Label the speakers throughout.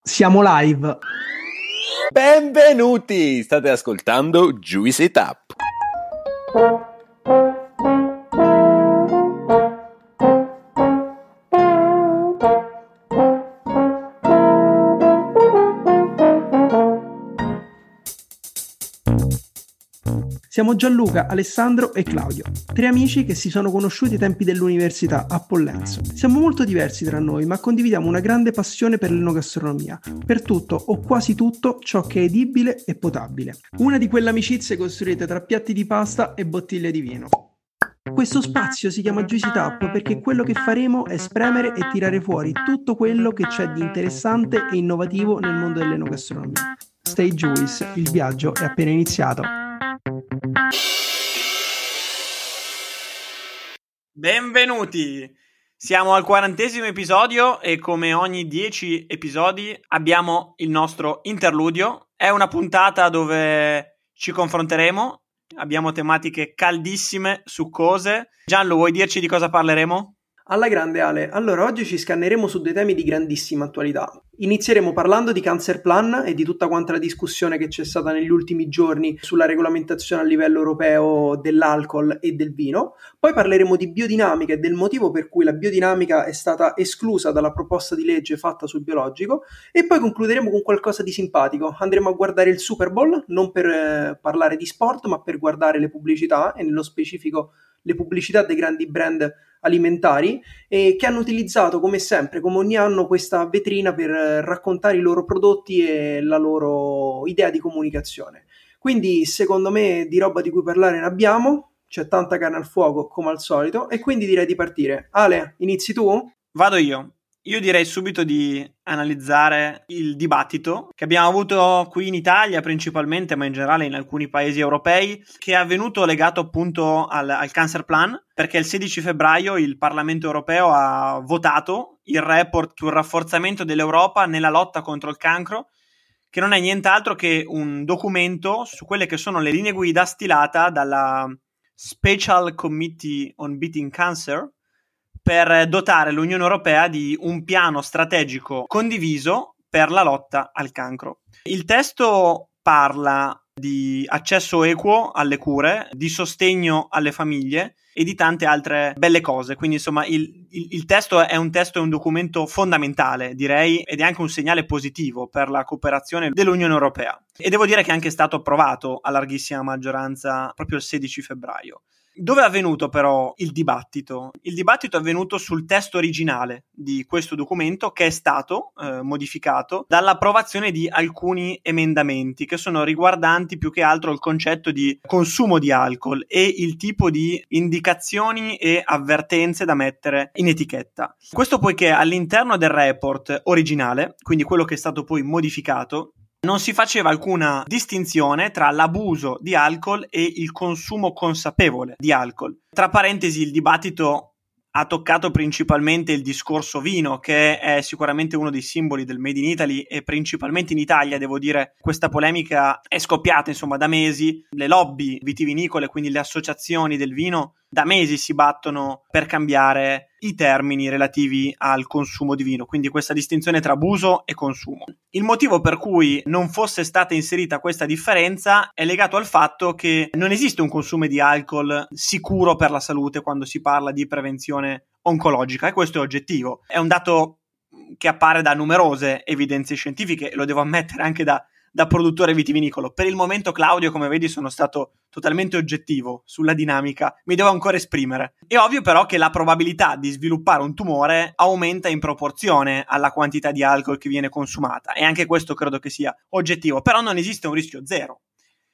Speaker 1: Siamo live.
Speaker 2: Benvenuti! State ascoltando Juice It Up.
Speaker 1: Siamo Gianluca, Alessandro e Claudio, tre amici che si sono conosciuti ai tempi dell'università a Pollenzo. Siamo molto diversi tra noi, ma condividiamo una grande passione per l'enogastronomia, per tutto o quasi tutto ciò che è edibile e potabile. Una di quelle amicizie costruite tra piatti di pasta e bottiglie di vino. Questo spazio si chiama Juice It Up perché quello che faremo è spremere e tirare fuori tutto quello che c'è di interessante e innovativo nel mondo dell'enogastronomia. Stay Juice, il viaggio è appena iniziato.
Speaker 3: Benvenuti! Siamo al 40° episodio e come ogni 10 episodi abbiamo il nostro interludio. È una puntata dove ci confronteremo, abbiamo tematiche caldissime, succose. Gianlu, vuoi dirci di cosa parleremo?
Speaker 1: Alla grande Ale, allora oggi ci scanneremo su dei temi di grandissima attualità. Inizieremo parlando di Cancer Plan e di tutta quanta la discussione che c'è stata negli ultimi giorni sulla regolamentazione a livello europeo dell'alcol e del vino. Poi parleremo di biodinamica e del motivo per cui la biodinamica è stata esclusa dalla proposta di legge fatta sul biologico e poi concluderemo con qualcosa di simpatico. Andremo a guardare il Super Bowl, non per parlare di sport, ma per guardare le pubblicità e nello specifico le pubblicità dei grandi brand alimentari e che hanno utilizzato come sempre, come ogni anno, questa vetrina per raccontare i loro prodotti e la loro idea di comunicazione. Quindi secondo me di roba di cui parlare ne abbiamo, c'è tanta carne al fuoco come al solito e quindi direi di partire. Ale, inizi tu?
Speaker 3: Vado io. Io direi subito di analizzare il dibattito che abbiamo avuto qui in Italia principalmente, ma in generale in alcuni paesi europei, che è avvenuto legato appunto al Cancer Plan, perché il 16 febbraio il Parlamento europeo ha votato il report sul rafforzamento dell'Europa nella lotta contro il cancro, che non è nient'altro che un documento su quelle che sono le linee guida stilata dalla Special Committee on Beating Cancer, per dotare l'Unione Europea di un piano strategico condiviso per la lotta al cancro. Il testo parla di accesso equo alle cure, di sostegno alle famiglie e di tante altre belle cose. Quindi insomma il testo è un documento fondamentale, direi, ed è anche un segnale positivo per la cooperazione dell'Unione Europea. E devo dire che è anche stato approvato a larghissima maggioranza proprio il 16 febbraio. Dove è avvenuto però il dibattito? Il dibattito è avvenuto sul testo originale di questo documento, che è stato modificato dall'approvazione di alcuni emendamenti che sono riguardanti più che altro il concetto di consumo di alcol e il tipo di indicazioni e avvertenze da mettere in etichetta. Questo poiché all'interno del report originale, quindi quello che è stato poi modificato, non si faceva alcuna distinzione tra l'abuso di alcol e il consumo consapevole di alcol. Tra parentesi, il dibattito ha toccato principalmente il discorso vino, che è sicuramente uno dei simboli del Made in Italy e principalmente in Italia, devo dire, questa polemica è scoppiata insomma da mesi. Le lobby vitivinicole, quindi le associazioni del vino, da mesi si battono per cambiare i termini relativi al consumo di vino, quindi questa distinzione tra abuso e consumo. Il motivo per cui non fosse stata inserita questa differenza è legato al fatto che non esiste un consumo di alcol sicuro per la salute quando si parla di prevenzione oncologica, e questo è oggettivo. È un dato che appare da numerose evidenze scientifiche, lo devo ammettere anche da produttore vitivinicolo. Per il momento, Claudio, come vedi, sono stato totalmente oggettivo sulla dinamica, mi devo ancora esprimere. È ovvio però che la probabilità di sviluppare un tumore aumenta in proporzione alla quantità di alcol che viene consumata, e anche questo credo che sia oggettivo, però non esiste un rischio zero.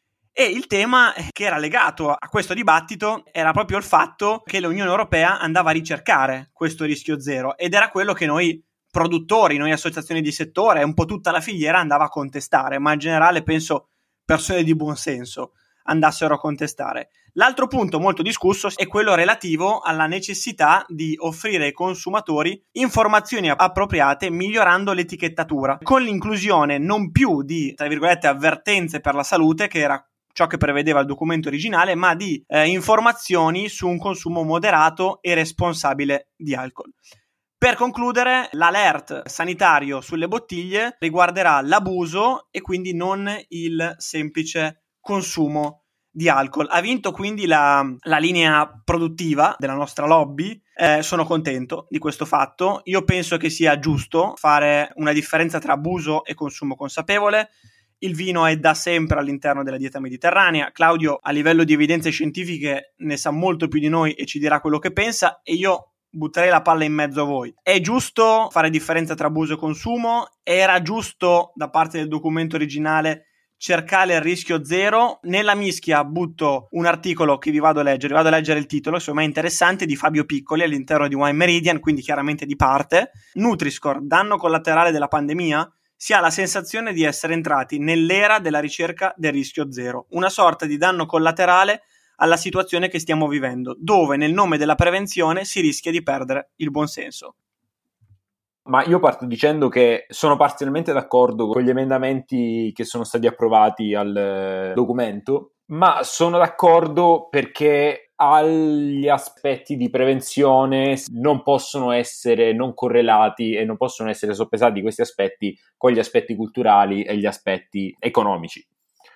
Speaker 3: E il tema che era legato a questo dibattito era proprio il fatto che l'Unione Europea andava a ricercare questo rischio zero, ed era quello che noi produttori, noi associazioni di settore, un po' tutta la filiera andava a contestare, ma in generale penso persone di buon senso andassero a contestare. L'altro punto molto discusso è quello relativo alla necessità di offrire ai consumatori informazioni appropriate migliorando l'etichettatura, con l'inclusione non più di, tra virgolette, avvertenze per la salute, che era ciò che prevedeva il documento originale, ma di informazioni su un consumo moderato e responsabile di alcol. Per concludere, l'alert sanitario sulle bottiglie riguarderà l'abuso e quindi non il semplice consumo di alcol. Ha vinto quindi la linea produttiva della nostra lobby. Sono contento di questo fatto. Io penso che sia giusto fare una differenza tra abuso e consumo consapevole. Il vino è da sempre all'interno della dieta mediterranea. Claudio, a livello di evidenze scientifiche, ne sa molto più di noi e ci dirà quello che pensa, e io butterei la palla in mezzo a voi. È giusto fare differenza tra abuso e consumo? Era giusto da parte del documento originale cercare il rischio zero? Nella mischia butto un articolo che vi vado a leggere il titolo, secondo me è interessante, di Fabio Piccoli all'interno di Wine Meridian, quindi chiaramente di parte. Nutri-Score, danno collaterale della pandemia? Si ha la sensazione di essere entrati nell'era della ricerca del rischio zero, una sorta di danno collaterale alla situazione che stiamo vivendo, dove nel nome della prevenzione si rischia di perdere il buonsenso.
Speaker 4: Ma io parto dicendo che sono parzialmente d'accordo con gli emendamenti che sono stati approvati al documento, ma sono d'accordo perché agli aspetti di prevenzione non possono essere non correlati e non possono essere soppesati questi aspetti con gli aspetti culturali e gli aspetti economici.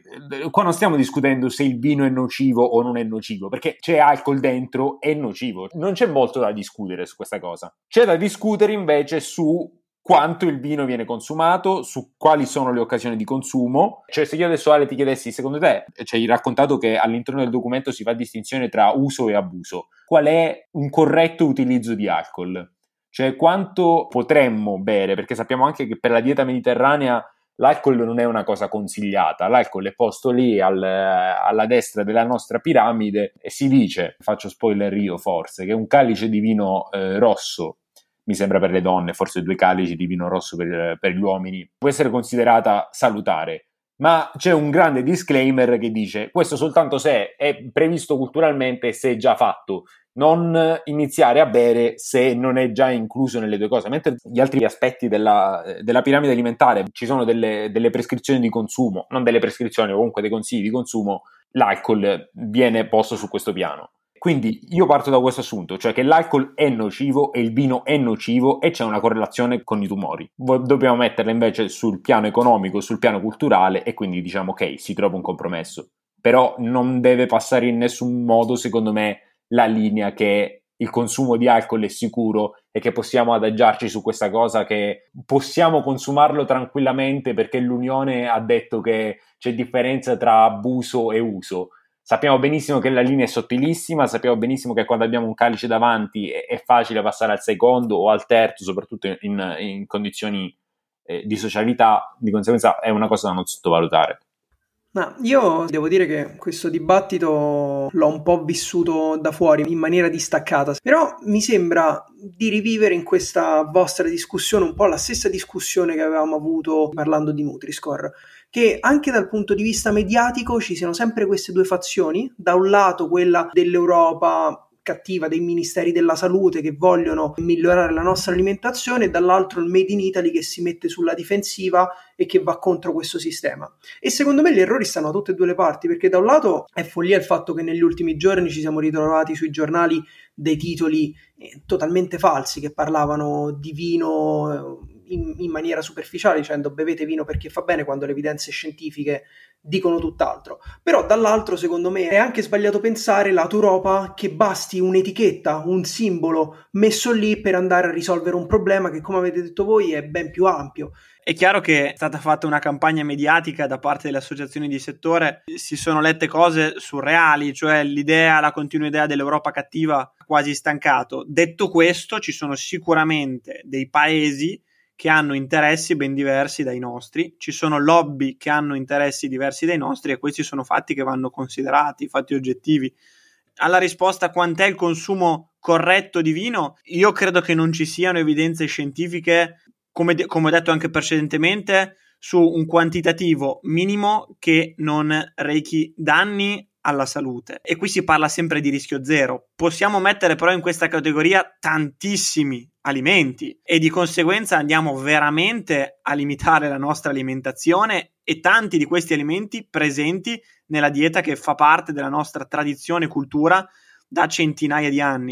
Speaker 4: Qua non stiamo discutendo se il vino è nocivo o non è nocivo, perché c'è alcol dentro, è nocivo. Non c'è molto da discutere su questa cosa. C'è da discutere invece su quanto il vino viene consumato, su quali sono le occasioni di consumo. Cioè, se io adesso, Ale, ti chiedessi, secondo te, ci hai raccontato che all'interno del documento si fa distinzione tra uso e abuso. Qual è un corretto utilizzo di alcol? Cioè, quanto potremmo bere? Perché sappiamo anche che per la dieta mediterranea l'alcol non è una cosa consigliata, l'alcol è posto lì alla destra della nostra piramide e si dice, faccio spoiler io forse, che un calice di vino rosso, mi sembra per le donne, forse 2 calici di vino rosso per gli uomini, può essere considerata salutare. Ma c'è un grande disclaimer che dice questo soltanto se è previsto culturalmente e se è già fatto. Non iniziare a bere se non è già incluso nelle 2 cose, mentre gli altri aspetti della piramide alimentare ci sono delle prescrizioni di consumo, non delle prescrizioni, comunque dei consigli di consumo, l'alcol viene posto su questo piano. Quindi io parto da questo assunto, cioè che l'alcol è nocivo e il vino è nocivo e c'è una correlazione con i tumori. Dobbiamo metterla invece sul piano economico, sul piano culturale e quindi diciamo ok, si trova un compromesso. Però non deve passare in nessun modo, secondo me, la linea che il consumo di alcol è sicuro e che possiamo adagiarci su questa cosa, che possiamo consumarlo tranquillamente perché l'Unione ha detto che c'è differenza tra abuso e uso. Sappiamo benissimo che la linea è sottilissima, sappiamo benissimo che quando abbiamo un calice davanti è facile passare al secondo o al terzo, soprattutto in condizioni di socialità, di conseguenza è una cosa da non sottovalutare.
Speaker 1: Ma io devo dire che questo dibattito l'ho un po' vissuto da fuori in maniera distaccata, però mi sembra di rivivere in questa vostra discussione un po' la stessa discussione che avevamo avuto parlando di Nutri-Score, che anche dal punto di vista mediatico ci siano sempre queste 2 fazioni, da un lato quella dell'Europa cattiva, dei ministeri della salute che vogliono migliorare la nostra alimentazione, e dall'altro il Made in Italy che si mette sulla difensiva e che va contro questo sistema. E secondo me gli errori stanno da tutte e 2 le parti, perché da un lato è follia il fatto che negli ultimi giorni ci siamo ritrovati sui giornali dei titoli totalmente falsi che parlavano di vino in maniera superficiale, dicendo bevete vino perché fa bene, quando le evidenze scientifiche dicono tutt'altro. Però dall'altro, secondo me, è anche sbagliato pensare lato Europa che basti un'etichetta, un simbolo messo lì per andare a risolvere un problema che, come avete detto voi, è ben più ampio.
Speaker 3: È chiaro che è stata fatta una campagna mediatica da parte delle associazioni di settore, si sono lette cose surreali, cioè la continua idea dell'Europa cattiva ha quasi stancato. Detto questo, ci sono sicuramente dei paesi che hanno interessi ben diversi dai nostri, ci sono lobby che hanno interessi diversi dai nostri e questi sono fatti che vanno considerati, fatti oggettivi. Alla risposta quant'è il consumo corretto di vino, io credo che non ci siano evidenze scientifiche, come ho detto anche precedentemente, su un quantitativo minimo che non rechi danni alla salute. E qui si parla sempre di rischio zero. Possiamo mettere però in questa categoria tantissimi alimenti e di conseguenza andiamo veramente a limitare la nostra alimentazione e tanti di questi alimenti presenti nella dieta che fa parte della nostra tradizione e cultura da centinaia di anni.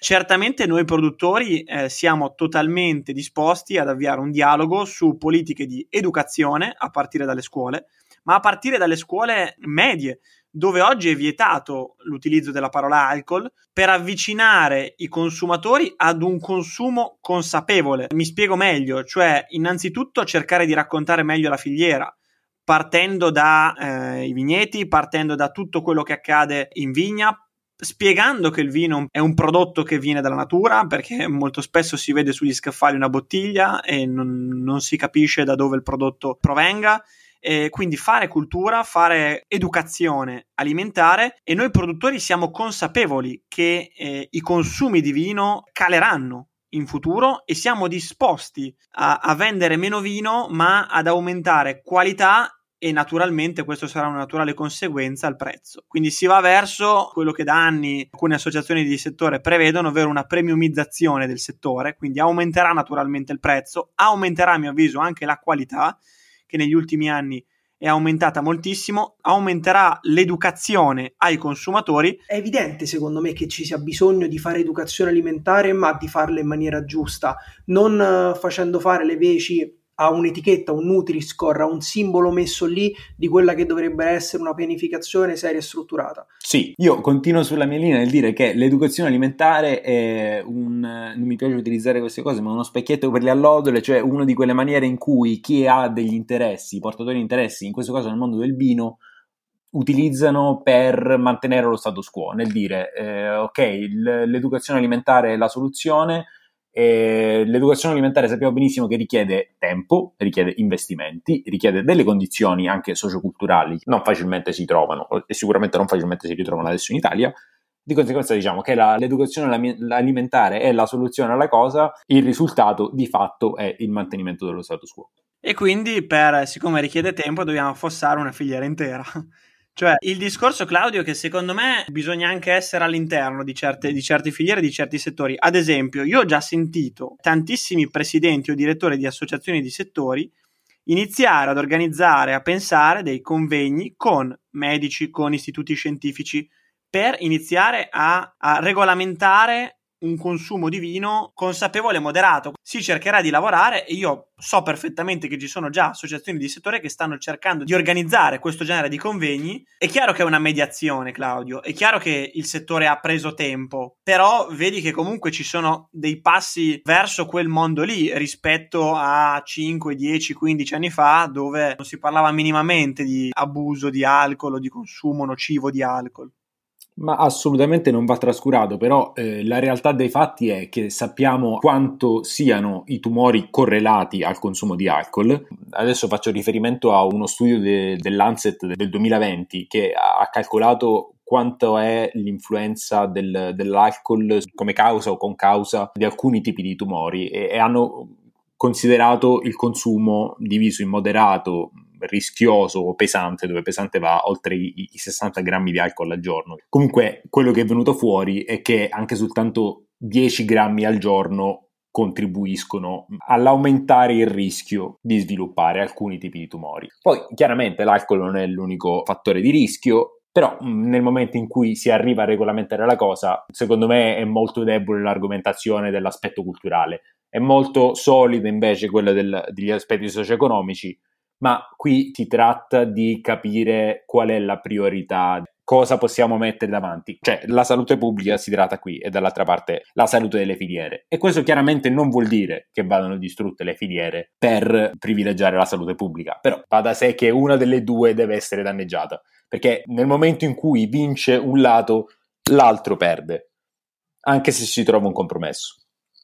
Speaker 3: Certamente noi produttori siamo totalmente disposti ad avviare un dialogo su politiche di educazione a partire dalle scuole, ma a partire dalle scuole medie, dove oggi è vietato l'utilizzo della parola alcol, per avvicinare i consumatori ad un consumo consapevole. Mi spiego meglio, cioè innanzitutto cercare di raccontare meglio la filiera, partendo dai vigneti, partendo da tutto quello che accade in vigna, spiegando che il vino è un prodotto che viene dalla natura, perché molto spesso si vede sugli scaffali una bottiglia e non si capisce da dove il prodotto provenga. E quindi fare cultura, fare educazione alimentare, e noi produttori siamo consapevoli che i consumi di vino caleranno in futuro e siamo disposti a vendere meno vino ma ad aumentare qualità, e naturalmente questo sarà una naturale conseguenza al prezzo. Quindi si va verso quello che da anni alcune associazioni di settore prevedono, ovvero una premiumizzazione del settore, quindi aumenterà naturalmente il prezzo, aumenterà a mio avviso anche la qualità, che negli ultimi anni è aumentata moltissimo, aumenterà l'educazione ai consumatori.
Speaker 1: È evidente secondo me che ci sia bisogno di fare educazione alimentare, ma di farla in maniera giusta, non facendo fare le veci a un'etichetta, un Nutri-Score, a un simbolo messo lì di quella che dovrebbe essere una pianificazione seria e strutturata.
Speaker 4: Sì, io continuo sulla mia linea nel dire che l'educazione alimentare è non mi piace utilizzare queste cose, ma uno specchietto per le allodole, cioè una di quelle maniere in cui chi ha degli interessi, portatori di interessi, in questo caso nel mondo del vino, utilizzano per mantenere lo status quo, nel dire ok, l'educazione alimentare è la soluzione. L'educazione alimentare sappiamo benissimo che richiede tempo, richiede investimenti, richiede delle condizioni anche socioculturali, non facilmente si trovano e sicuramente non facilmente si ritrovano adesso in Italia. Di conseguenza diciamo che l'educazione alimentare è la soluzione alla cosa, il risultato di fatto è il mantenimento dello status quo.
Speaker 3: E quindi siccome richiede tempo dobbiamo affossare una filiera intera. Cioè, il discorso, Claudio, è che secondo me bisogna anche essere all'interno di certe filiere, di certi settori. Ad esempio, io ho già sentito tantissimi presidenti o direttori di associazioni di settori iniziare ad organizzare, a pensare dei convegni con medici, con istituti scientifici, per iniziare a regolamentare un consumo di vino consapevole e moderato. Si cercherà di lavorare, e io so perfettamente che ci sono già associazioni di settore che stanno cercando di organizzare questo genere di convegni. È chiaro che è una mediazione, Claudio, è chiaro che il settore ha preso tempo, però vedi che comunque ci sono dei passi verso quel mondo lì rispetto a 5, 10, 15 anni fa, dove non si parlava minimamente di abuso di alcol o di consumo nocivo di alcol.
Speaker 4: Ma assolutamente non va trascurato, però la realtà dei fatti è che sappiamo quanto siano i tumori correlati al consumo di alcol. Adesso faccio riferimento a uno studio dell'Lancet del 2020 che ha calcolato quanto è l'influenza dell'alcol come causa o concausa di alcuni tipi di tumori, e hanno considerato il consumo diviso in moderato, rischioso o pesante, dove pesante va oltre i 60 grammi di alcol al giorno. Comunque quello che è venuto fuori è che anche soltanto 10 grammi al giorno contribuiscono all'aumentare il rischio di sviluppare alcuni tipi di tumori. Poi chiaramente l'alcol non è l'unico fattore di rischio, però nel momento in cui si arriva a regolamentare la cosa, secondo me è molto debole l'argomentazione dell'aspetto culturale, è molto solida invece quella degli aspetti socio-economici. Ma qui si tratta di capire qual è la priorità, cosa possiamo mettere davanti. Cioè, la salute pubblica si tratta qui, e dall'altra parte la salute delle filiere. E questo chiaramente non vuol dire che vadano distrutte le filiere per privilegiare la salute pubblica, però va da sé che una delle due deve essere danneggiata, perché nel momento in cui vince un lato, l'altro perde, anche se si trova un compromesso.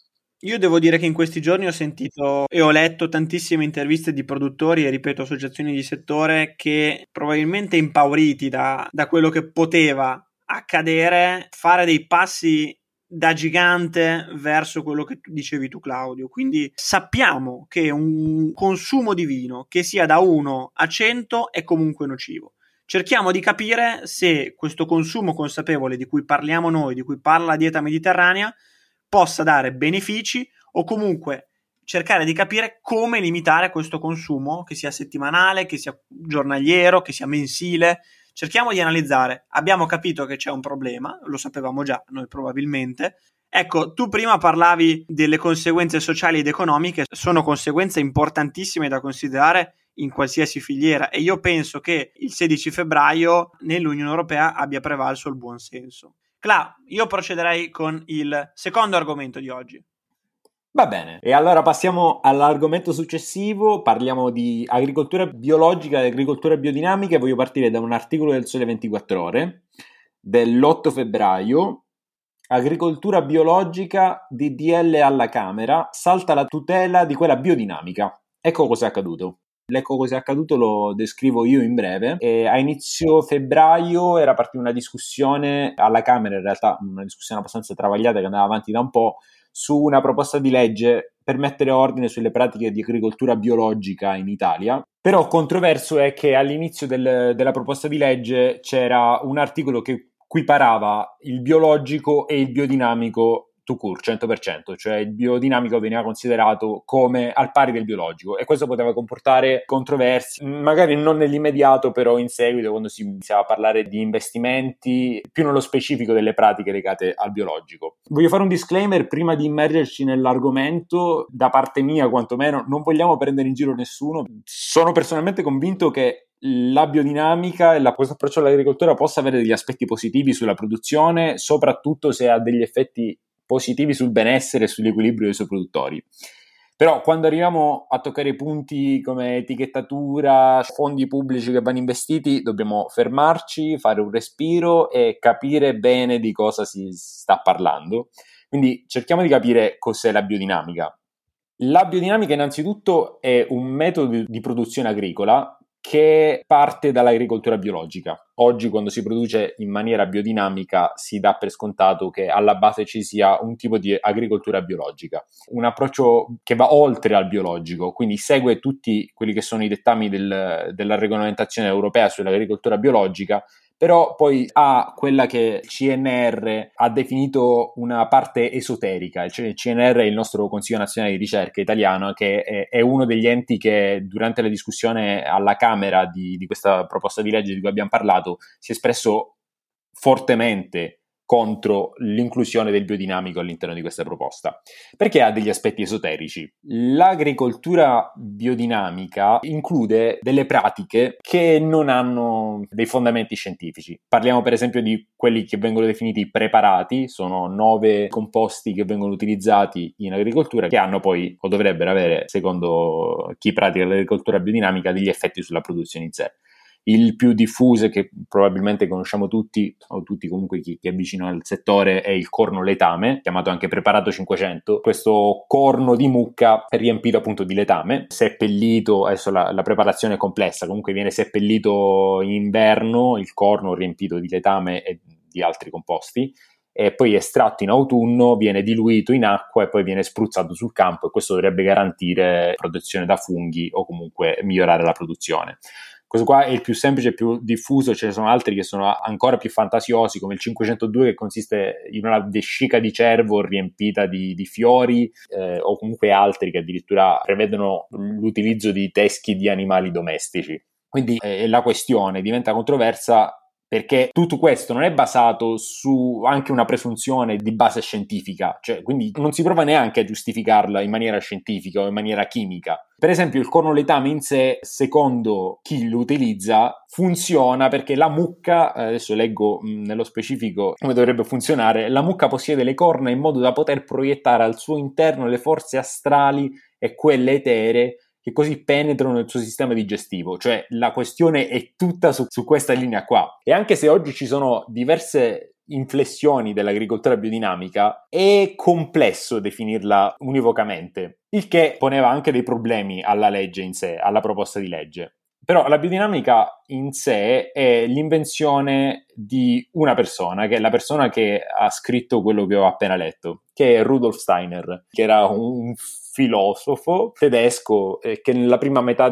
Speaker 3: Io devo dire che in questi giorni ho sentito e ho letto tantissime interviste di produttori e, ripeto, associazioni di settore che, probabilmente impauriti da quello che poteva accadere, fare dei passi da gigante verso quello che dicevi tu, Claudio. Quindi sappiamo che un consumo di vino che sia da 1 a 100 è comunque nocivo. Cerchiamo di capire se questo consumo consapevole di cui parliamo noi, di cui parla la dieta mediterranea, possa dare benefici, o comunque cercare di capire come limitare questo consumo, che sia settimanale, che sia giornaliero, che sia mensile. Cerchiamo di analizzare. Abbiamo capito che c'è un problema, lo sapevamo già noi probabilmente, Ecco, tu prima parlavi delle conseguenze sociali ed economiche, sono conseguenze importantissime da considerare in qualsiasi filiera, e io penso che il 16 febbraio nell'Unione Europea abbia prevalso il buonsenso. Cla, io procederei con il secondo argomento di oggi.
Speaker 4: Va bene, e allora passiamo all'argomento successivo, parliamo di agricoltura biologica e agricoltura biodinamica. Voglio partire da un articolo del Sole 24 Ore dell'8 febbraio. Agricoltura biologica, DDL alla Camera, salta la tutela di quella biodinamica. Ecco cosa è accaduto. Ecco cosa è accaduto, lo descrivo io in breve. A inizio febbraio era partita una discussione alla Camera, in realtà una discussione abbastanza travagliata che andava avanti da un po', su una proposta di legge per mettere ordine sulle pratiche di agricoltura biologica in Italia. Però controverso è che all'inizio della proposta di legge c'era un articolo che equiparava il biologico e il biodinamico tout court, 100%, cioè il biodinamico veniva considerato come al pari del biologico, e questo poteva comportare controversie, magari non nell'immediato, però in seguito, quando si iniziava a parlare di investimenti, più nello specifico delle pratiche legate al biologico. Voglio fare un disclaimer prima di immergerci nell'argomento. Da parte mia, quantomeno, non vogliamo prendere in giro nessuno. Sono personalmente convinto che la biodinamica e questo approccio all'agricoltura possa avere degli aspetti positivi sulla produzione, soprattutto se ha degli effetti positivi sul benessere e sull'equilibrio dei suoi produttori. Però quando arriviamo a toccare punti come etichettatura, fondi pubblici che vanno investiti, dobbiamo fermarci, fare un respiro e capire bene di cosa si sta parlando. Quindi cerchiamo di capire cos'è la biodinamica. La biodinamica innanzitutto è un metodo di produzione agricola che parte dall'agricoltura biologica. Oggi, quando si produce in maniera biodinamica, si dà per scontato che alla base ci sia un tipo di agricoltura biologica, un approccio che va oltre al biologico, quindi segue tutti quelli che sono i dettami della regolamentazione europea sull'agricoltura biologica, però poi ha quella che il CNR ha definito una parte esoterica. Cioè il CNR è il nostro Consiglio Nazionale di Ricerca italiano, che è uno degli enti che durante la discussione alla Camera di questa proposta di legge di cui abbiamo parlato si è espresso fortemente contro l'inclusione del biodinamico all'interno di questa proposta, perché ha degli aspetti esoterici. L'agricoltura biodinamica include delle pratiche che non hanno dei fondamenti scientifici. Parliamo per esempio di quelli che vengono definiti preparati, sono 9 composti che vengono utilizzati in agricoltura, che hanno poi, o dovrebbero avere, secondo chi pratica l'agricoltura biodinamica, degli effetti sulla produzione in sé. Il più diffuso, che probabilmente conosciamo tutti, o tutti comunque chi è vicino al settore, è il corno letame, chiamato anche preparato 500. Questo corno di mucca è riempito appunto di letame, seppellito, adesso la preparazione è complessa, comunque viene seppellito in inverno, il corno riempito di letame e di altri composti, e poi estratto in autunno, viene diluito in acqua e poi viene spruzzato sul campo, e questo dovrebbe garantire protezione da funghi o comunque migliorare la produzione. Questo qua è il più semplice e più diffuso. Ce ne sono altri che sono ancora più fantasiosi, come il 502, che consiste in una vescica di cervo riempita di fiori, o comunque altri che addirittura prevedono l'utilizzo di teschi di animali domestici. Quindi la questione diventa controversa perché tutto questo non è basato su anche una presunzione di base scientifica, cioè quindi non si prova neanche a giustificarla in maniera scientifica o in maniera chimica. Per esempio il corno letame in sé, secondo chi lo utilizza, funziona perché la mucca, adesso leggo nello specifico come dovrebbe funzionare, la mucca possiede le corna in modo da poter proiettare al suo interno le forze astrali e quelle eteree che così penetrano nel suo sistema digestivo. Cioè la questione è tutta su questa linea qua. E anche se oggi ci sono diverse inflessioni dell'agricoltura biodinamica, è complesso definirla univocamente, il che poneva anche dei problemi alla legge in sé, alla proposta di legge. Però la biodinamica in sé è l'invenzione di una persona, che è la persona che ha scritto quello che ho appena letto, che è Rudolf Steiner, che era un filosofo tedesco che nella prima metà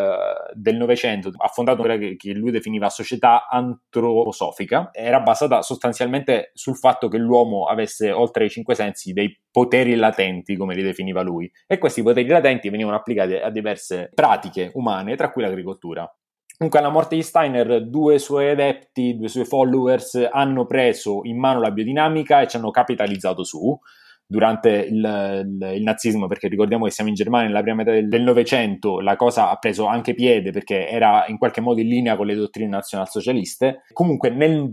Speaker 4: del Novecento ha fondato quella che lui definiva società antroposofica. Era basata sostanzialmente sul fatto che l'uomo avesse, oltre ai 5 sensi, dei poteri latenti, come li definiva lui, e questi poteri latenti venivano applicati a diverse pratiche umane, tra cui l'agricoltura. Comunque alla morte di Steiner 2 suoi adepti, 2 suoi followers hanno preso in mano la biodinamica e ci hanno capitalizzato su durante il nazismo, perché ricordiamo che siamo in Germania nella prima metà del Novecento, la cosa ha preso anche piede perché era in qualche modo in linea con le dottrine nazionalsocialiste. Comunque nel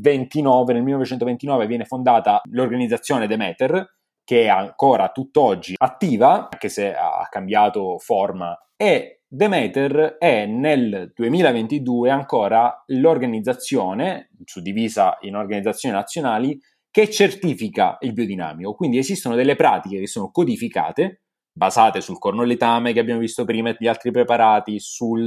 Speaker 4: 1929 viene fondata l'organizzazione Demeter, che è ancora tutt'oggi attiva, anche se ha cambiato forma, e Demeter è nel 2022 ancora l'organizzazione, suddivisa in organizzazioni nazionali, che certifica il biodinamico. Quindi esistono delle pratiche che sono codificate, basate sul cornoletame che abbiamo visto prima e gli altri preparati,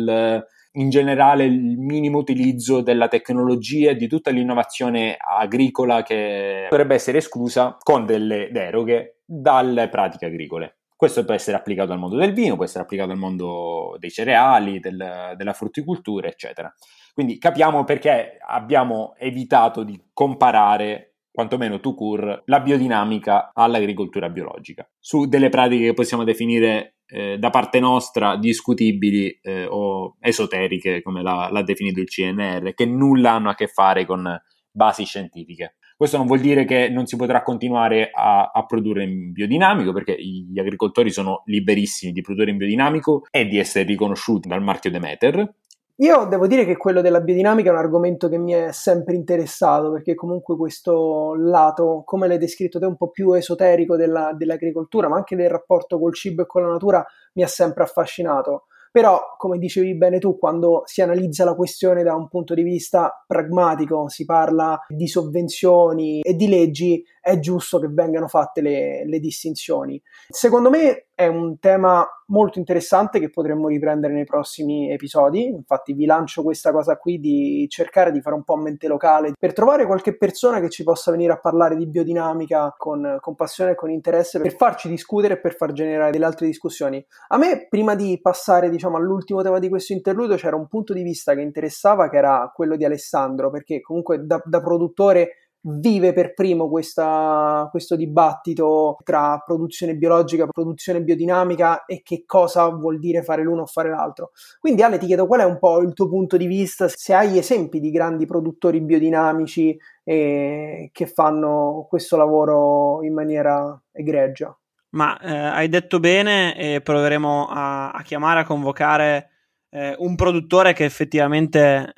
Speaker 4: in generale il minimo utilizzo della tecnologia e di tutta l'innovazione agricola che dovrebbe essere esclusa con delle deroghe dalle pratiche agricole. Questo può essere applicato al mondo del vino, può essere applicato al mondo dei cereali, della frutticoltura, eccetera. Quindi capiamo perché abbiamo evitato di comparare, quantomeno tout court, la biodinamica all'agricoltura biologica, su delle pratiche che possiamo definire da parte nostra discutibili o esoteriche, come l'ha definito il CNR, che nulla hanno a che fare con basi scientifiche. Questo non vuol dire che non si potrà continuare a produrre in biodinamico, perché gli agricoltori sono liberissimi di produrre in biodinamico e di essere riconosciuti dal marchio Demeter.
Speaker 1: Io devo dire che quello della biodinamica è un argomento che mi è sempre interessato, perché comunque questo lato, come l'hai descritto te, un po' più esoterico dell'agricoltura, ma anche del rapporto col cibo e con la natura, mi ha sempre affascinato. Però, come dicevi bene tu, quando si analizza la questione da un punto di vista pragmatico, si parla di sovvenzioni e di leggi, è giusto che vengano fatte le distinzioni. Secondo me è un tema molto interessante che potremmo riprendere nei prossimi episodi. Infatti vi lancio questa cosa qui di cercare di fare un po' a mente locale per trovare qualche persona che ci possa venire a parlare di biodinamica con passione e con interesse, per farci discutere e per far generare delle altre discussioni. A me, prima di passare all'ultimo tema di questo interludio, c'era un punto di vista che interessava, che era quello di Alessandro, perché comunque da produttore vive per primo questo dibattito tra produzione biologica e produzione biodinamica e che cosa vuol dire fare l'uno o fare l'altro. Quindi Ale, ti chiedo qual è un po' il tuo punto di vista, se hai esempi di grandi produttori biodinamici che fanno questo lavoro in maniera egregia.
Speaker 3: Ma hai detto bene, e proveremo a chiamare, a convocare un produttore che effettivamente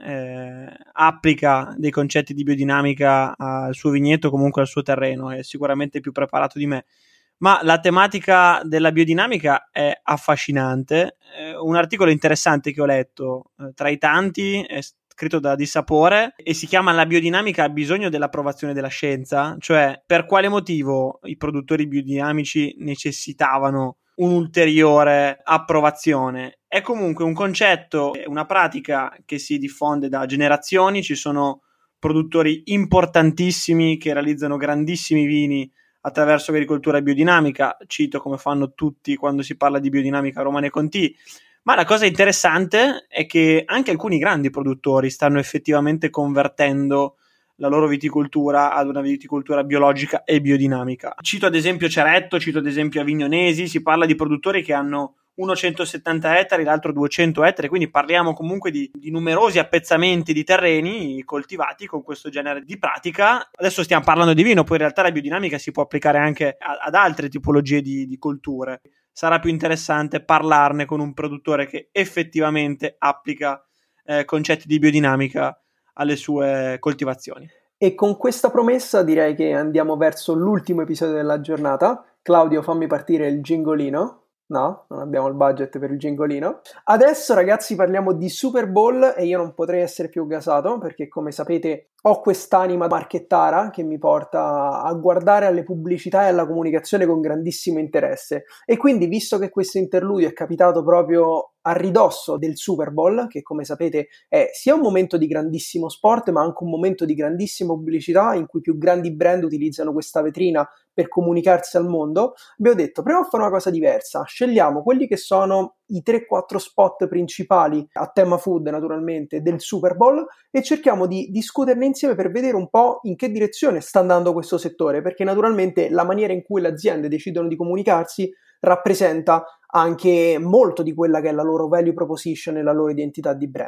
Speaker 3: applica dei concetti di biodinamica al suo vigneto, comunque al suo terreno, è sicuramente più preparato di me. Ma la tematica della biodinamica è affascinante. Un articolo interessante che ho letto tra i tanti è scritto da Dissapore e si chiama "La biodinamica ha bisogno dell'approvazione della scienza", cioè per quale motivo i produttori biodinamici necessitavano un'ulteriore approvazione. È comunque un concetto, una pratica che si diffonde da generazioni. Ci sono produttori importantissimi che realizzano grandissimi vini attraverso l'agricoltura biodinamica, cito come fanno tutti quando si parla di biodinamica Romane Conti. Ma la cosa interessante è che anche alcuni grandi produttori stanno effettivamente convertendo la loro viticoltura ad una viticoltura biologica e biodinamica. Cito ad esempio Ceretto, cito ad esempio Avignonesi. Si parla di produttori che hanno uno 170 ettari, l'altro 200 ettari, quindi parliamo comunque di numerosi appezzamenti di terreni coltivati con questo genere di pratica. Adesso stiamo parlando di vino, poi in realtà la biodinamica si può applicare anche ad altre tipologie di colture. Sarà più interessante parlarne con un produttore che effettivamente applica concetti di biodinamica alle sue coltivazioni.
Speaker 1: E con questa promessa direi che andiamo verso l'ultimo episodio della giornata. Claudio, fammi partire il jingolino. No, non abbiamo il budget per il jingolino. Adesso ragazzi parliamo di Super Bowl e io non potrei essere più gasato perché, come sapete, ho quest'anima marchettara che mi porta a guardare alle pubblicità e alla comunicazione con grandissimo interesse. E quindi, visto che questo interludio è capitato proprio a ridosso del Super Bowl, che come sapete è sia un momento di grandissimo sport ma anche un momento di grandissima pubblicità in cui più grandi brand utilizzano questa vetrina per comunicarsi al mondo, abbiamo detto proviamo a fare una cosa diversa, scegliamo quelli che sono i 3-4 spot principali a tema food naturalmente del Super Bowl e cerchiamo di discuterne insieme per vedere un po' in che direzione sta andando questo settore, perché naturalmente la maniera in cui le aziende decidono di comunicarsi rappresenta anche molto di quella che è la loro value proposition e la loro identità di brand.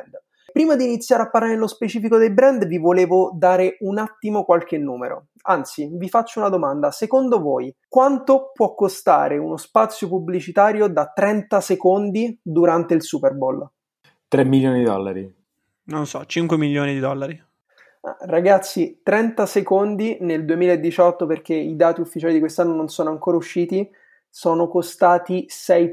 Speaker 1: Prima di iniziare a parlare nello specifico dei brand vi volevo dare un attimo qualche numero. Anzi, vi faccio una domanda. Secondo voi, quanto può costare uno spazio pubblicitario da 30 secondi durante il Super Bowl?
Speaker 4: $3 milioni.
Speaker 3: Non so, 5 milioni di dollari.
Speaker 1: Ragazzi, 30 secondi nel 2018, perché i dati ufficiali di quest'anno non sono ancora usciti, sono costati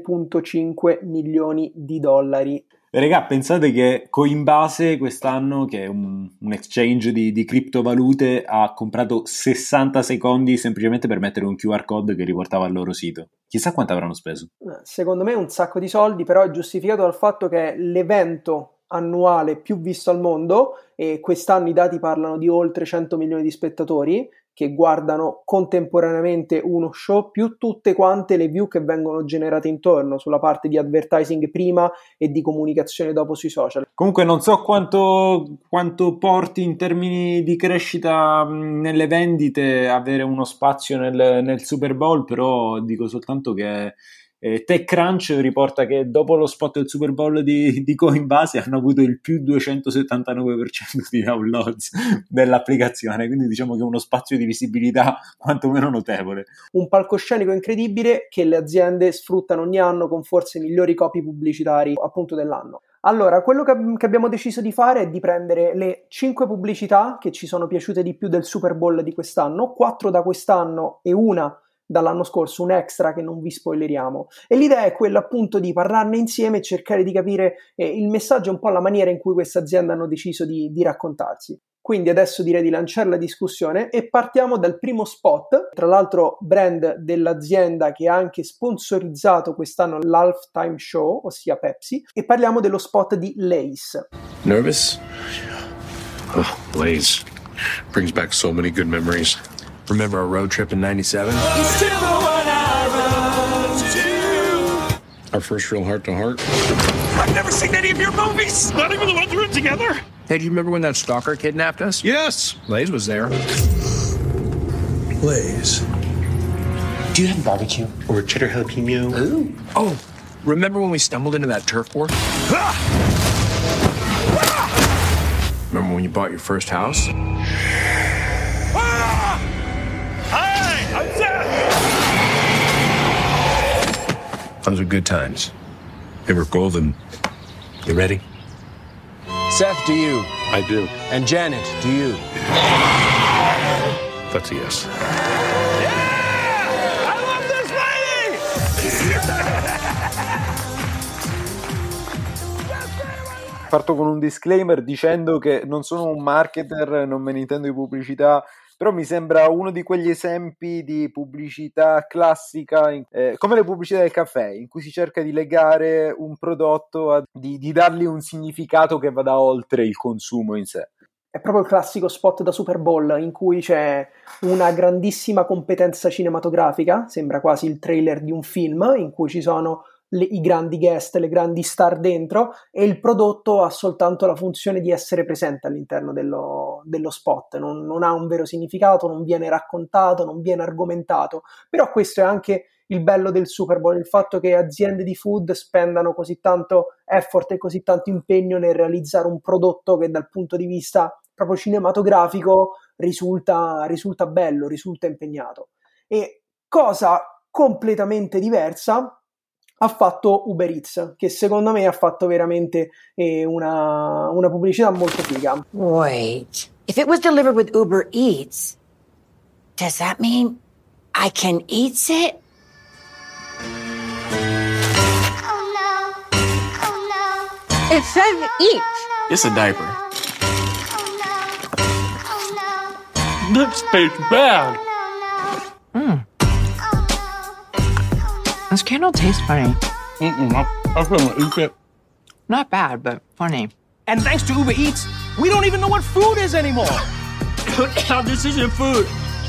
Speaker 1: 6,5 milioni di dollari.
Speaker 4: Regà, pensate che Coinbase quest'anno, che è un exchange di criptovalute, ha comprato 60 secondi semplicemente per mettere un QR code che riportava al loro sito. Chissà quanto avranno speso.
Speaker 1: Secondo me un sacco di soldi, però è giustificato dal fatto che è l'evento annuale più visto al mondo e quest'anno i dati parlano di oltre 100 milioni di spettatori che guardano contemporaneamente uno show, più tutte quante le view che vengono generate intorno sulla parte di advertising prima e di comunicazione dopo sui social.
Speaker 4: Comunque non so quanto porti in termini di crescita nelle vendite avere uno spazio nel Super Bowl, però dico soltanto che TechCrunch riporta che dopo lo spot del Super Bowl di Coinbase hanno avuto il più 279% di downloads dell'applicazione, quindi diciamo che è uno spazio di visibilità quantomeno notevole.
Speaker 1: Un palcoscenico incredibile che le aziende sfruttano ogni anno con forse i migliori copy pubblicitari appunto dell'anno. Allora, quello che abbiamo deciso di fare è di prendere le 5 pubblicità che ci sono piaciute di più del Super Bowl di quest'anno, 4 da quest'anno e una dall'anno scorso, un extra che non vi spoileriamo, e l'idea è quella appunto di parlarne insieme e cercare di capire il messaggio e un po' la maniera in cui queste aziende hanno deciso di raccontarsi. Quindi adesso direi di lanciare la discussione e partiamo dal primo spot, tra l'altro brand dell'azienda che ha anche sponsorizzato quest'anno l'Halftime Show, ossia Pepsi, e parliamo dello spot di Lay's.
Speaker 5: Nervous? Oh, Lay's brings back so many good memories. Remember our road trip in 97? Our first real heart-to-heart?
Speaker 6: I've never seen any of your movies! Not even the ones we're in together!
Speaker 5: Hey, do you remember when that stalker kidnapped us?
Speaker 6: Yes!
Speaker 5: Lay's was there.
Speaker 6: Lay's. Do you have barbecue? Or cheddar jalapeno?
Speaker 5: Ooh. Oh, remember when we stumbled into that turf war? Remember when you bought your first house?
Speaker 6: Hi! I'm Seth!
Speaker 5: Those were good times. They were golden. You ready? Seth, do you?
Speaker 6: I do.
Speaker 5: And Janet, do you?
Speaker 6: That's a yes.
Speaker 5: I love this lady!
Speaker 4: Parto con un disclaimer dicendo che non sono un marketer, non me ne intendo di pubblicità, però mi sembra uno di quegli esempi di pubblicità classica, come le pubblicità del caffè, in cui si cerca di legare un prodotto, di dargli un significato che vada oltre il consumo in sé.
Speaker 1: È proprio il classico spot da Super Bowl in cui c'è una grandissima competenza cinematografica, sembra quasi il trailer di un film, in cui ci sono i grandi guest, le grandi star dentro, e il prodotto ha soltanto la funzione di essere presente all'interno dello spot, non ha un vero significato, non viene raccontato, non viene argomentato, però questo è anche il bello del Super Bowl, il fatto che aziende di food spendano così tanto effort e così tanto impegno nel realizzare un prodotto che dal punto di vista proprio cinematografico risulta bello, risulta impegnato. E cosa completamente diversa ha fatto Uber Eats, che secondo me ha fatto veramente una pubblicità molto figa.
Speaker 7: Wait, if it was delivered with Uber Eats, does that mean I can eat it?
Speaker 8: Oh no, oh no.
Speaker 7: It says eat.
Speaker 5: It's a diaper.
Speaker 8: Oh no, oh no.
Speaker 6: This tastes bad.
Speaker 8: Oh no.
Speaker 9: This candle tastes funny.
Speaker 6: I feel eat it.
Speaker 9: Not bad, but funny.
Speaker 10: And thanks to Uber Eats, we don't even know what food is anymore.
Speaker 6: This isn't food.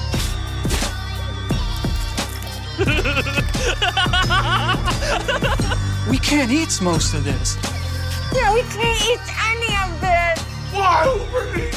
Speaker 10: We can't eat most of this.
Speaker 7: Yeah, we can't eat any of this.
Speaker 6: Why Uber Eats?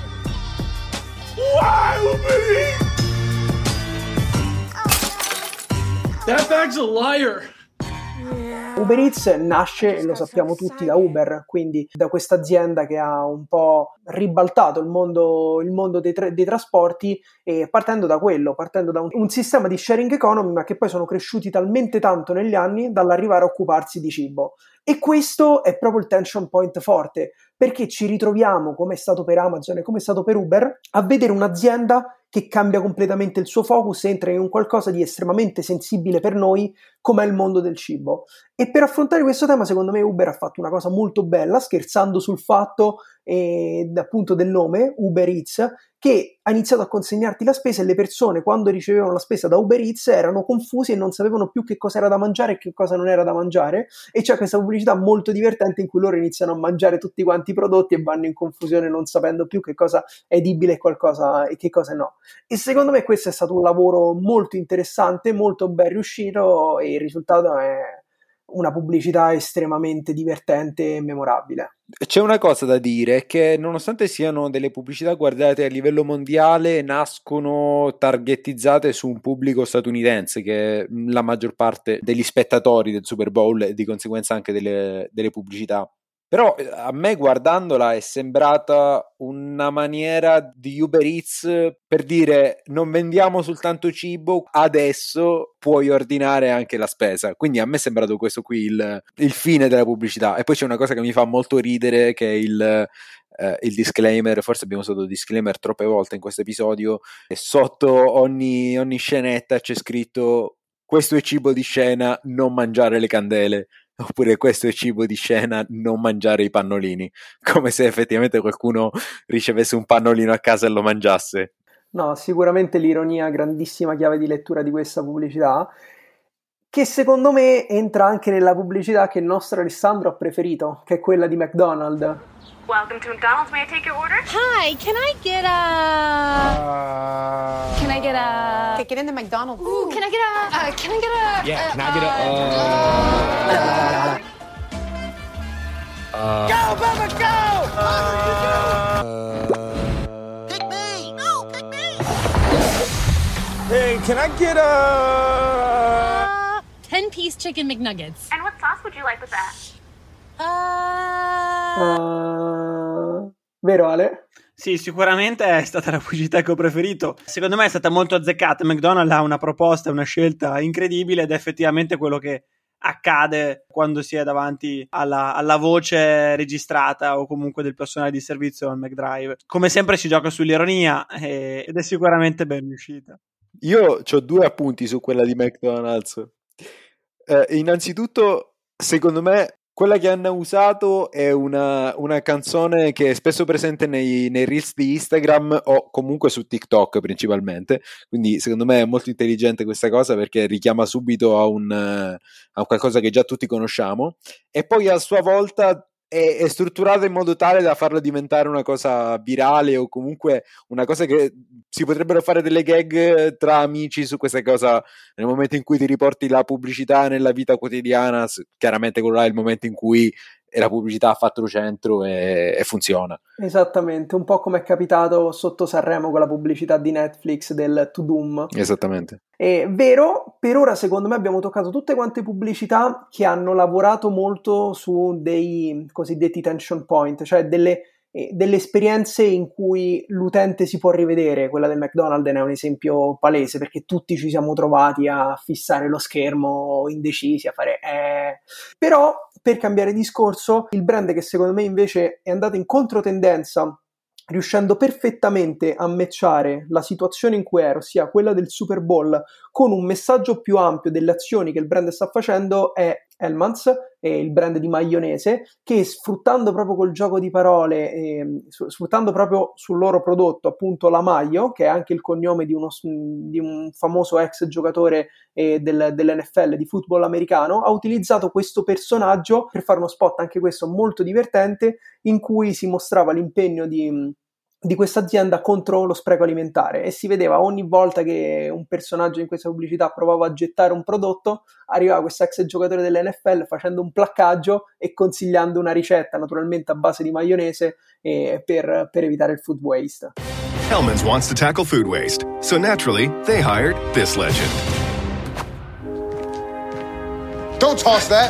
Speaker 6: Why Uber Eats?
Speaker 10: That bag's a liar.
Speaker 1: Uber Eats nasce, e lo sappiamo tutti, da Uber, quindi da questa azienda che ha un po' ribaltato il mondo dei trasporti, e partendo da un sistema di sharing economy, ma che poi sono cresciuti talmente tanto negli anni dall'arrivare a occuparsi di cibo. E questo è proprio il tension point forte, perché ci ritroviamo, come è stato per Amazon e come è stato per Uber, a vedere un'azienda che cambia completamente il suo focus, entra in un qualcosa di estremamente sensibile per noi, come è il mondo del cibo. E per affrontare questo tema, secondo me, Uber ha fatto una cosa molto bella, scherzando sul fatto appunto del nome, Uber Eats, che ha iniziato a consegnarti la spesa, e le persone, quando ricevevano la spesa da Uber Eats, erano confusi e non sapevano più che cosa era da mangiare e che cosa non era da mangiare, e c'è questa pubblicità molto divertente in cui loro iniziano a mangiare tutti quanti i prodotti e vanno in confusione non sapendo più che cosa è edibile e che cosa no. E secondo me questo è stato un lavoro molto interessante, molto ben riuscito, e il risultato è una pubblicità estremamente divertente e memorabile.
Speaker 4: C'è una cosa da dire, che nonostante siano delle pubblicità guardate a livello mondiale, nascono targetizzate su un pubblico statunitense, che è la maggior parte degli spettatori del Super Bowl e di conseguenza anche delle pubblicità. Però a me, guardandola, è sembrata una maniera di Uber Eats per dire: non vendiamo soltanto cibo, adesso puoi ordinare anche la spesa. Quindi a me è sembrato questo qui il fine della pubblicità. E poi c'è una cosa che mi fa molto ridere, che è il disclaimer. Forse abbiamo usato disclaimer troppe volte in questo episodio, e sotto ogni scenetta c'è scritto: questo è cibo di scena, non mangiare le candele. Oppure questo è cibo di scena, non mangiare i pannolini, come se effettivamente qualcuno ricevesse un pannolino a casa e lo mangiasse.
Speaker 1: No, sicuramente l'ironia, grandissima chiave di lettura di questa pubblicità, che secondo me entra anche nella pubblicità che il nostro Alessandro ha preferito, che è quella di McDonald's.
Speaker 11: Welcome to McDonald's. May I take your order?
Speaker 12: Hi, can I get
Speaker 11: Okay, get in the McDonald's.
Speaker 12: Ooh, can I get a
Speaker 10: Yeah, can I get
Speaker 11: Go, Bubba, go!
Speaker 10: Pick me! No, pick me! Hey, can I get a
Speaker 12: 10-piece chicken McNuggets?
Speaker 11: And what sauce would you like with that?
Speaker 1: Vero, Ale?
Speaker 3: Sì, sicuramente è stata la pubblicità che ho preferito. Secondo me è stata molto azzeccata. McDonald's ha una proposta, una scelta incredibile, ed è effettivamente quello che accade quando si è davanti alla voce registrata o comunque del personale di servizio al McDrive. Come sempre si gioca sull'ironia, ed è sicuramente ben riuscita.
Speaker 4: Io ho 2 appunti su quella di McDonald's. Innanzitutto, secondo me, quella che hanno usato è una canzone che è spesso presente nei Reels di Instagram o comunque su TikTok principalmente, quindi secondo me è molto intelligente questa cosa, perché richiama subito a qualcosa che già tutti conosciamo, e poi a sua volta è strutturata in modo tale da farlo diventare una cosa virale, o comunque una cosa che si potrebbero fare delle gag tra amici su questa cosa nel momento in cui ti riporti la pubblicità nella vita quotidiana. Chiaramente quello là è il momento in cui la pubblicità ha fatto il centro e funziona.
Speaker 1: Esattamente, un po' come è capitato sotto Sanremo con la pubblicità di Netflix del To Doom.
Speaker 4: Esattamente.
Speaker 1: È vero, per ora secondo me abbiamo toccato tutte quante pubblicità che hanno lavorato molto su dei cosiddetti tension point, cioè delle esperienze in cui l'utente si può rivedere. Quella del McDonald's è un esempio palese, perché tutti ci siamo trovati a fissare lo schermo indecisi, a fare Però, per cambiare discorso, il brand che secondo me invece è andato in controtendenza, riuscendo perfettamente a matchare la situazione in cui ero, ossia quella del Super Bowl, con un messaggio più ampio delle azioni che il brand sta facendo, è Hellmann's, il brand di maionese, che sfruttando proprio col gioco di parole, sfruttando proprio sul loro prodotto appunto la Mayo, che è anche il cognome di un famoso ex giocatore dell'NFL, di football americano, ha utilizzato questo personaggio per fare uno spot, anche questo molto divertente, in cui si mostrava l'impegno di questa azienda contro lo spreco alimentare, e si vedeva ogni volta che un personaggio in questa pubblicità provava a gettare un prodotto, arrivava questo ex giocatore dell'NFL facendo un placcaggio e consigliando una ricetta, naturalmente a base di maionese, per evitare il food waste.
Speaker 13: Hellmann's wants to tackle food waste, so naturally they hired this legend.
Speaker 14: Don't don't toss that.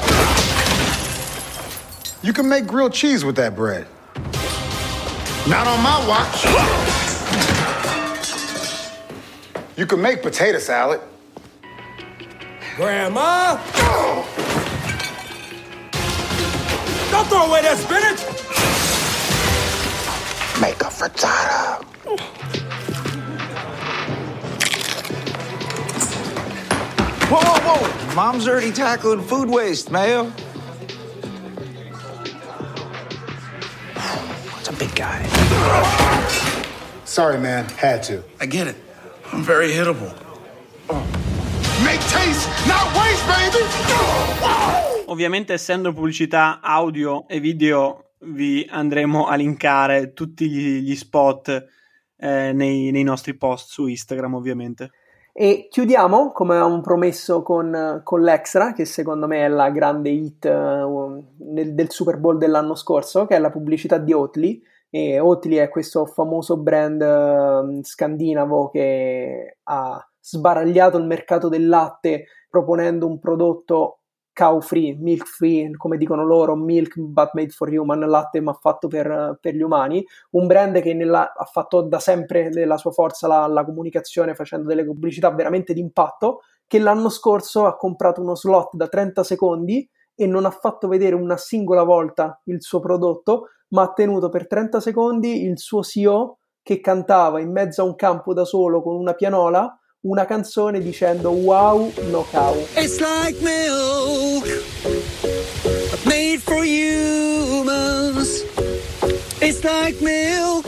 Speaker 14: You can make grilled cheese with that bread. Not on my watch. You can make potato salad.
Speaker 10: Grandma! Don't throw away that spinach!
Speaker 14: Make a frittata.
Speaker 15: Whoa, whoa, whoa! Mom's already tackling food waste, Mayo. It's a big guy.
Speaker 14: Sorry, man. Had to.
Speaker 15: I get it. I'm very hittable.
Speaker 14: Make taste, not waste, baby!
Speaker 3: Ovviamente, essendo pubblicità audio e video, vi andremo a linkare tutti gli spot nei nostri post su Instagram, ovviamente.
Speaker 1: E chiudiamo, come avevamo promesso, con l'Extra, che secondo me è la grande hit del Super Bowl dell'anno scorso, che è la pubblicità di Oatly. E Oatly è questo famoso brand scandinavo che ha sbaragliato il mercato del latte proponendo un prodotto cow free, milk free, come dicono loro, milk but made for human, latte ma fatto per gli umani, un brand che ha fatto da sempre della sua forza la comunicazione facendo delle pubblicità veramente d'impatto, che l'anno scorso ha comprato uno slot da 30 secondi e non ha fatto vedere una singola volta il suo prodotto, ma ha tenuto per 30 secondi il suo CEO che cantava in mezzo a un campo da solo con una pianola una canzone dicendo wow, no cow.
Speaker 10: It's like milk, made for humans. It's like milk,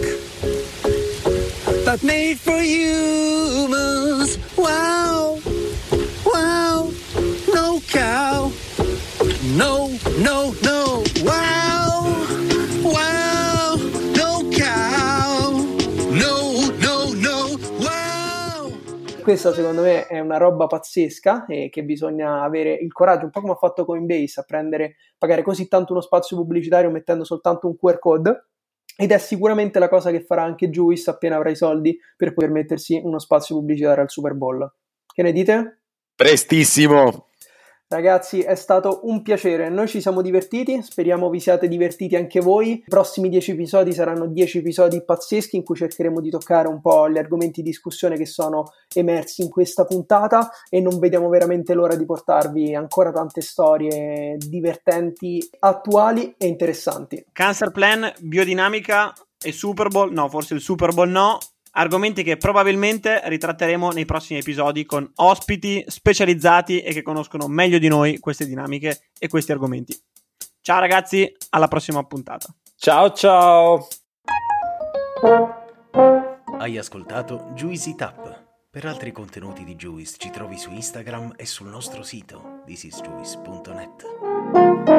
Speaker 10: but made for humans. Wow, wow, no cow. No, no, no. Wow, wow, no cow. No, no, no. Wow.
Speaker 1: Questa secondo me è una roba pazzesca e che bisogna avere il coraggio, un po' come ha fatto Coinbase, a pagare così tanto uno spazio pubblicitario mettendo soltanto un QR code, ed è sicuramente la cosa che farà anche Juice appena avrà i soldi per poter mettersi uno spazio pubblicitario al Super Bowl. Che ne dite?
Speaker 2: Prestissimo!
Speaker 1: Ragazzi, è stato un piacere, noi ci siamo divertiti, speriamo vi siate divertiti anche voi. I prossimi 10 episodi saranno 10 episodi pazzeschi in cui cercheremo di toccare un po' gli argomenti di discussione che sono emersi in questa puntata e non vediamo veramente l'ora di portarvi ancora tante storie divertenti, attuali e interessanti.
Speaker 3: Cancer Plan, biodinamica e Super Bowl, no, forse il Super Bowl no. Argomenti che probabilmente ritratteremo nei prossimi episodi con ospiti specializzati e che conoscono meglio di noi queste dinamiche e questi argomenti. Ciao ragazzi, alla prossima puntata.
Speaker 4: Ciao ciao!
Speaker 16: Hai ascoltato Juicy Tap. Per altri contenuti di Juice ci trovi su Instagram e sul nostro sito thisisjuice.net.